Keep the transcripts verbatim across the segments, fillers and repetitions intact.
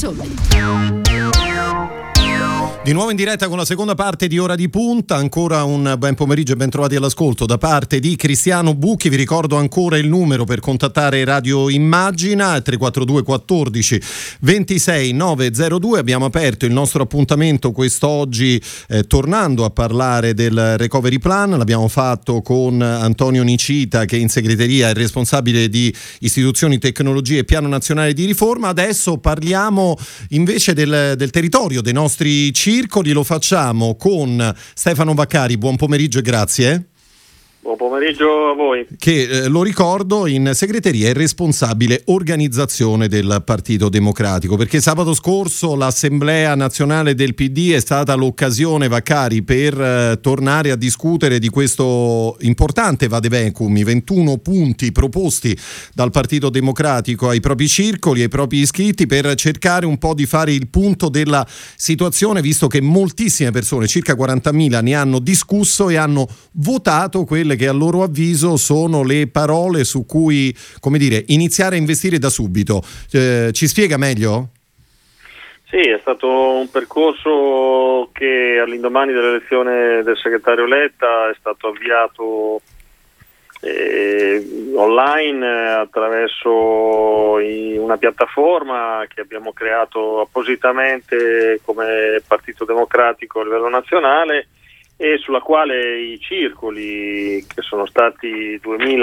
Di nuovo in diretta con la seconda parte di Ora di Punta, ancora un buon pomeriggio e ben trovati all'ascolto da parte di Cristiano Bucchi. Vi ricordo ancora il numero per contattare Radio Immagina, tre quattro due quattordici ventisei novecentodue. Abbiamo aperto il nostro appuntamento quest'oggi eh, tornando a parlare del Recovery Plan. L'abbiamo fatto con Antonio Nicita, che in segreteria è responsabile di istituzioni, tecnologie e piano nazionale di riforma. Adesso parliamo invece del, del territorio, dei nostri circoli. Lo facciamo con Stefano Vaccari. Buon pomeriggio e grazie. Buon pomeriggio a voi. Che, eh, lo ricordo, in segreteria è responsabile organizzazione del Partito Democratico, perché sabato scorso l'Assemblea Nazionale del P D è stata l'occasione, Vaccari, per eh, tornare a discutere di questo importante vademecum, i ventuno punti proposti dal Partito Democratico ai propri circoli, ai propri iscritti, per cercare un po' di fare il punto della situazione, visto che moltissime persone, circa quarantamila, ne hanno discusso e hanno votato quelle che a loro avviso sono le parole su cui, come dire, iniziare a investire da subito. Eh, ci spiega meglio? Sì, è stato un percorso che all'indomani dell'elezione del segretario Letta è stato avviato eh, online attraverso una piattaforma che abbiamo creato appositamente come Partito Democratico a livello nazionale, e sulla quale i circoli, che sono stati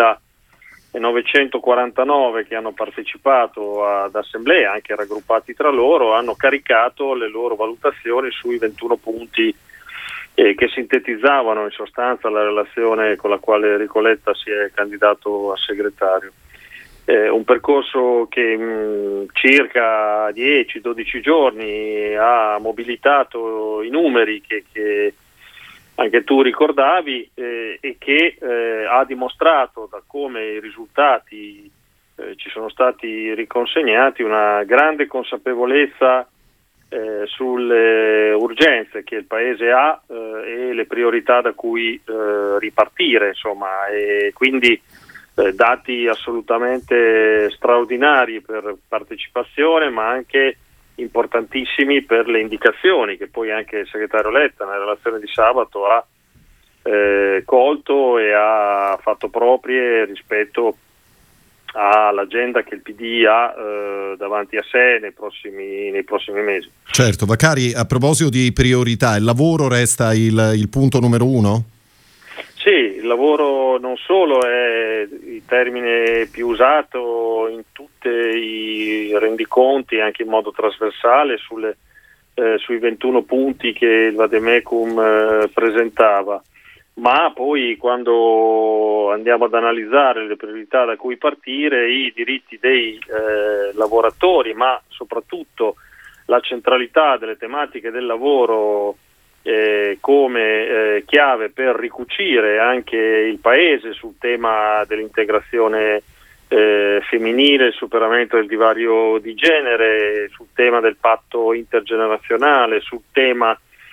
duemilanovecentoquarantanove che hanno partecipato ad assemblee anche raggruppati tra loro, hanno caricato le loro valutazioni sui ventuno punti eh, che sintetizzavano in sostanza la relazione con la quale Enrico Letta si è candidato a segretario. Eh, un percorso che mh, circa dieci dodici giorni ha mobilitato i numeri che, che anche tu ricordavi eh, e che eh, ha dimostrato, da come i risultati eh, ci sono stati riconsegnati, una grande consapevolezza eh, sulle urgenze che il Paese ha eh, e le priorità da cui eh, ripartire, insomma, e quindi eh, dati assolutamente straordinari per partecipazione, ma anche importantissimi per le indicazioni che poi anche il segretario Letta nella relazione di sabato ha eh, colto e ha fatto proprie rispetto all'agenda che il P D ha eh, davanti a sé nei prossimi, nei prossimi mesi. Certo, Vaccari, a proposito di priorità, il lavoro resta il, il punto numero uno? Sì, il lavoro non solo è il termine più usato in tutti i rendiconti, anche in modo trasversale, sulle, eh, sui ventuno punti che il vademecum eh, presentava, ma poi quando andiamo ad analizzare le priorità da cui partire, i diritti dei eh, lavoratori, ma soprattutto la centralità delle tematiche del lavoro Eh, come eh, chiave per ricucire anche il Paese sul tema dell'integrazione eh, femminile, il superamento del divario di genere, sul tema del patto intergenerazionale, sul tema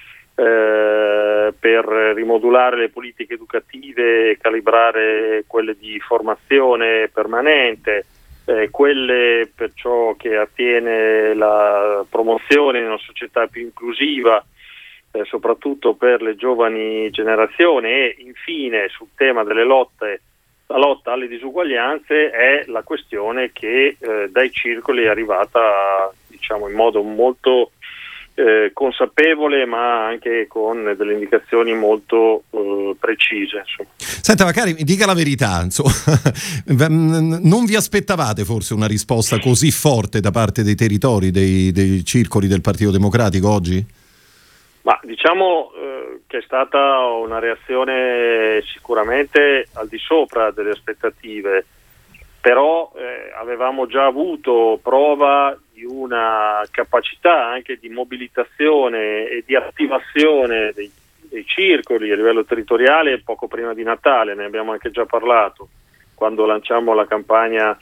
eh, per rimodulare le politiche educative e calibrare quelle di formazione permanente, eh, quelle per ciò che attiene la promozione di una società più inclusiva, Eh, soprattutto per le giovani generazioni, e infine sul tema delle lotte, la lotta alle disuguaglianze è la questione che eh, dai circoli è arrivata, diciamo, in modo molto eh, consapevole, ma anche con delle indicazioni molto eh, precise. Insomma. Senta, Vaccari, mi dica la verità, insomma, non vi aspettavate forse una risposta così forte da parte dei territori, dei, dei circoli del Partito Democratico oggi? Ma diciamo eh, che è stata una reazione sicuramente al di sopra delle aspettative, però eh, avevamo già avuto prova di una capacità anche di mobilitazione e di attivazione dei, dei circoli a livello territoriale poco prima di Natale, ne abbiamo anche già parlato, quando lanciamo la campagna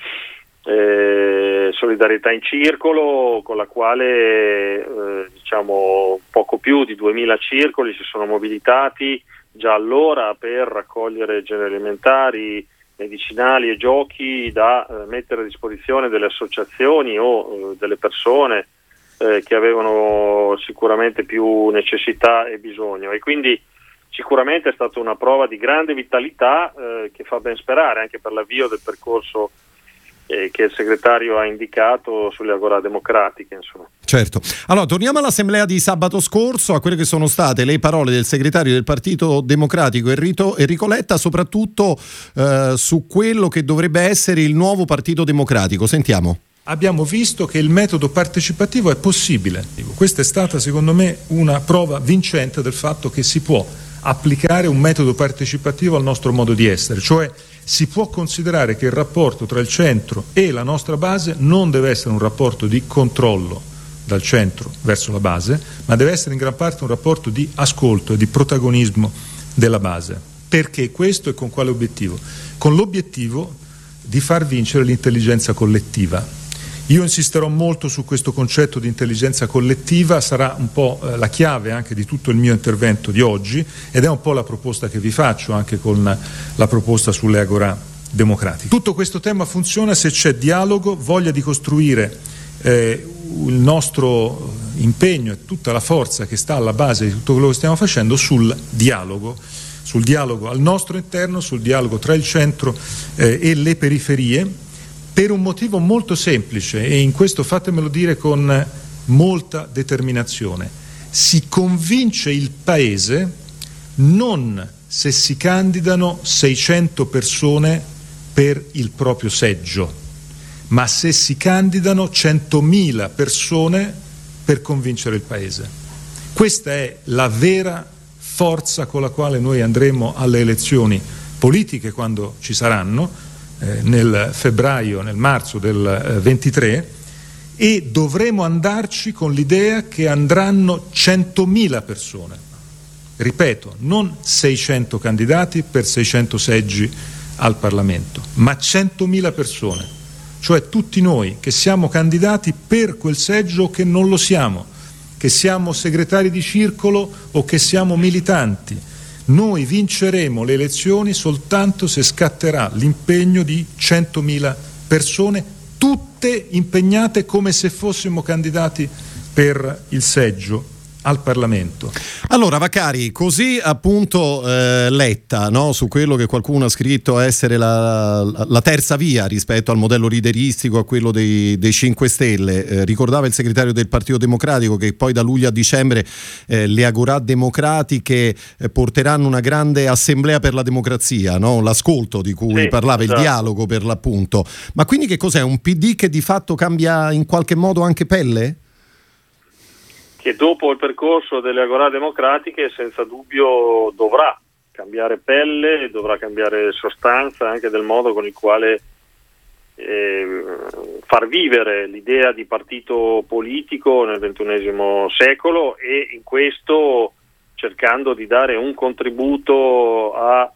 Eh, solidarietà in circolo, con la quale eh, diciamo poco più di duemila circoli si sono mobilitati già allora per raccogliere generi alimentari, medicinali e giochi da eh, mettere a disposizione delle associazioni o eh, delle persone eh, che avevano sicuramente più necessità e bisogno, e quindi sicuramente è stata una prova di grande vitalità eh, che fa ben sperare anche per l'avvio del percorso eh, che il segretario ha indicato sulle agorà democratiche, insomma. Certo. Allora, torniamo all'assemblea di sabato scorso, a quelle che sono state le parole del segretario del Partito Democratico Enrico, Enrico Letta, soprattutto eh, su quello che dovrebbe essere il nuovo Partito Democratico. Sentiamo. Abbiamo visto che il metodo partecipativo è possibile. Questa è stata, secondo me, una prova vincente del fatto che si può applicare un metodo partecipativo al nostro modo di essere, cioè si può considerare che il rapporto tra il centro e la nostra base non deve essere un rapporto di controllo dal centro verso la base, ma deve essere in gran parte un rapporto di ascolto e di protagonismo della base. Perché questo e con quale obiettivo? Con l'obiettivo di far vincere l'intelligenza collettiva. Io insisterò molto su questo concetto di intelligenza collettiva, sarà un po' eh, la chiave anche di tutto il mio intervento di oggi, ed è un po' la proposta che vi faccio anche con la proposta sulle agorà democratiche. Tutto questo tema funziona se c'è dialogo, voglia di costruire eh, il nostro impegno e tutta la forza che sta alla base di tutto quello che stiamo facendo sul dialogo, sul dialogo al nostro interno, sul dialogo tra il centro eh, e le periferie, per un motivo molto semplice, e in questo fatemelo dire con molta determinazione. Si convince il Paese non se si candidano seicento persone per il proprio seggio, ma se si candidano centomila persone per convincere il Paese. Questa è la vera forza con la quale noi andremo alle elezioni politiche quando ci saranno, nel febbraio, nel marzo del ventitré, e dovremo andarci con l'idea che andranno centomila persone. Ripeto, non seicento candidati per seicento seggi al Parlamento, ma centomila persone, cioè tutti noi che siamo candidati per quel seggio o che non lo siamo, che siamo segretari di circolo o che siamo militanti. Noi vinceremo le elezioni soltanto se scatterà l'impegno di centomila persone, tutte impegnate come se fossimo candidati per il seggio al Parlamento. Allora Vaccari, così appunto eh, Letta, no, su quello che qualcuno ha scritto essere la, la, la terza via rispetto al modello lideristico, a quello dei, dei cinque Stelle, eh, ricordava il segretario del Partito Democratico che poi da luglio a dicembre eh, le agorà democratiche eh, porteranno una grande assemblea per la democrazia, no? L'ascolto di cui sì, parlava, esatto. Il dialogo per l'appunto. Ma quindi che cos'è? Un P D che di fatto cambia in qualche modo anche pelle? Che dopo il percorso delle agorà democratiche senza dubbio dovrà cambiare pelle, dovrà cambiare sostanza anche del modo con il quale eh, far vivere l'idea di partito politico nel ventunesimo secolo, e in questo cercando di dare un contributo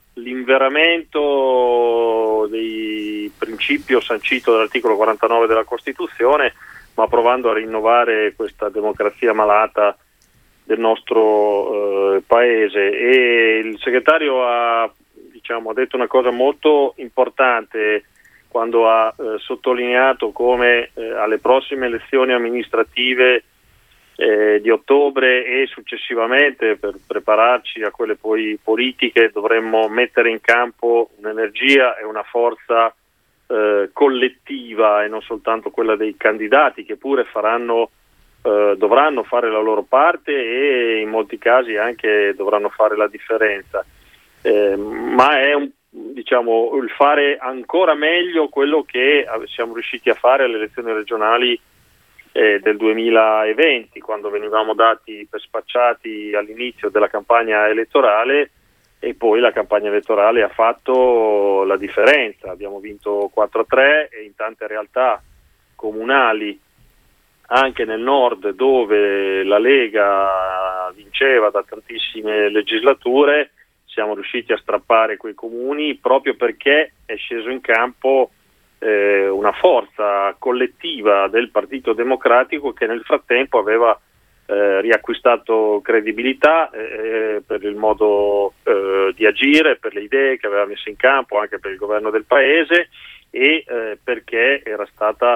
all'inveramento dei principio sancito dall'articolo quarantanove della Costituzione, ma provando a rinnovare questa democrazia malata del nostro eh, paese. E il segretario ha, diciamo, ha detto una cosa molto importante quando ha eh, sottolineato come eh, alle prossime elezioni amministrative eh, di ottobre e successivamente, per prepararci a quelle poi politiche, dovremmo mettere in campo un'energia e una forza Eh, collettiva e non soltanto quella dei candidati, che pure faranno eh, dovranno fare la loro parte e in molti casi anche dovranno fare la differenza, eh, ma è un, diciamo, il fare ancora meglio quello che siamo riusciti a fare alle elezioni regionali eh, del duemilaventi, quando venivamo dati per spacciati all'inizio della campagna elettorale, e poi la campagna elettorale ha fatto la differenza. Abbiamo vinto quattro a tre e in tante realtà comunali anche nel nord, dove la Lega vinceva da tantissime legislature, siamo riusciti a strappare quei comuni proprio perché è sceso in campo eh, una forza collettiva del Partito Democratico che nel frattempo aveva Eh, riacquistato credibilità eh, per il modo eh, di agire, per le idee che aveva messo in campo anche per il governo del paese, e eh, perché era stata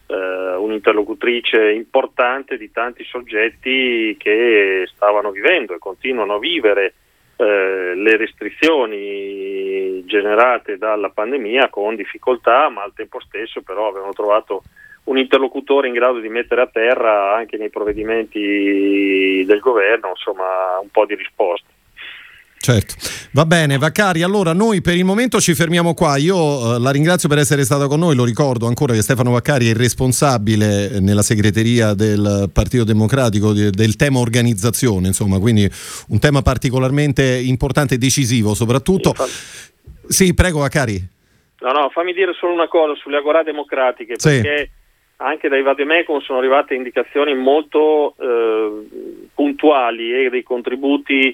eh, un'interlocutrice importante di tanti soggetti che stavano vivendo e continuano a vivere eh, le restrizioni generate dalla pandemia con difficoltà, ma al tempo stesso però avevano trovato un interlocutore in grado di mettere a terra anche nei provvedimenti del governo, insomma, un po' di risposte. Certo, va bene Vaccari, allora noi per il momento ci fermiamo qua. Io eh, la ringrazio per essere stata con noi, lo ricordo ancora che Stefano Vaccari è il responsabile nella segreteria del Partito Democratico di, del tema organizzazione, insomma, quindi un tema particolarmente importante e decisivo soprattutto. Sì, prego Vaccari. No, no, fammi dire solo una cosa sulle agorà democratiche, perché sì, anche dai Vademecum sono arrivate indicazioni molto eh, puntuali e dei contributi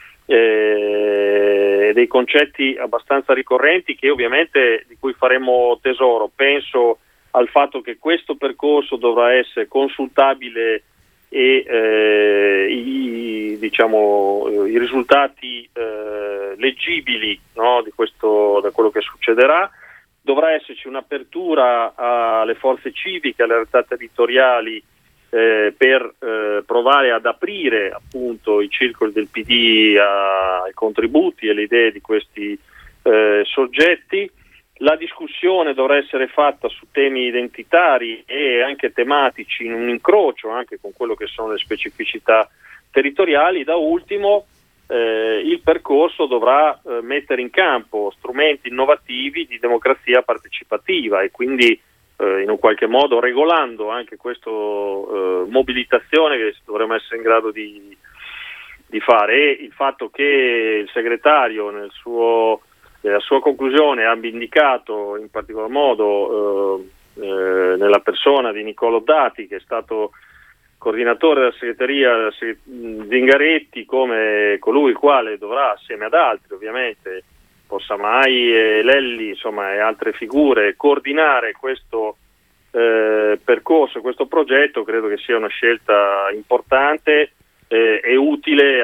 e eh, dei concetti abbastanza ricorrenti che ovviamente di cui faremo tesoro. Penso al fatto che questo percorso dovrà essere consultabile e eh, i, diciamo, i risultati eh, leggibili, no, di questo, da quello che succederà. Dovrà esserci un'apertura alle forze civiche, alle realtà territoriali eh, per eh, provare ad aprire appunto i circoli del P D a, ai contributi e alle idee di questi eh, soggetti. La discussione dovrà essere fatta su temi identitari e anche tematici in un incrocio anche con quello che sono le specificità territoriali. Da ultimo, Eh, il percorso dovrà eh, mettere in campo strumenti innovativi di democrazia partecipativa e quindi eh, in un qualche modo regolando anche questa eh, mobilitazione che dovremo essere in grado di, di fare. E il fatto che il segretario nel suo, nella sua conclusione abbia indicato in particolar modo eh, eh, nella persona di Niccolò Dati, che è stato coordinatore della segreteria Zingaretti, come colui il quale dovrà, assieme ad altri ovviamente, Possamai e Lelli, insomma, e altre figure, coordinare questo eh, percorso, questo progetto, credo che sia una scelta importante eh, e utile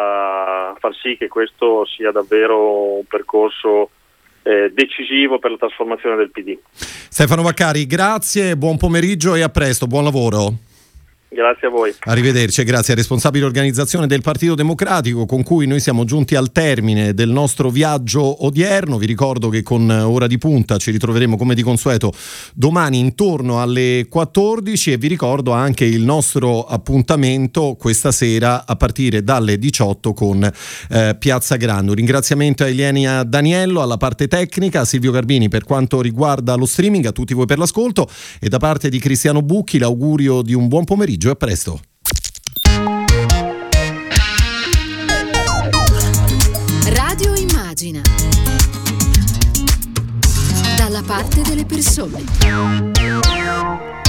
a far sì che questo sia davvero un percorso eh, decisivo per la trasformazione del P D. Stefano Vaccari, grazie, buon pomeriggio e a presto, buon lavoro. Grazie a voi. Arrivederci, grazie al responsabile organizzazione del Partito Democratico, con cui noi siamo giunti al termine del nostro viaggio odierno. Vi ricordo che con Ora di Punta ci ritroveremo come di consueto domani intorno alle quattordici e vi ricordo anche il nostro appuntamento questa sera a partire dalle diciotto con eh, Piazza Grande. Un ringraziamento a Elenia Daniello alla parte tecnica, a Silvio Garbini per quanto riguarda lo streaming, a tutti voi per l'ascolto e da parte di Cristiano Bucchi l'augurio di un buon pomeriggio. A presto. Radio Immagina. Dalla parte delle persone.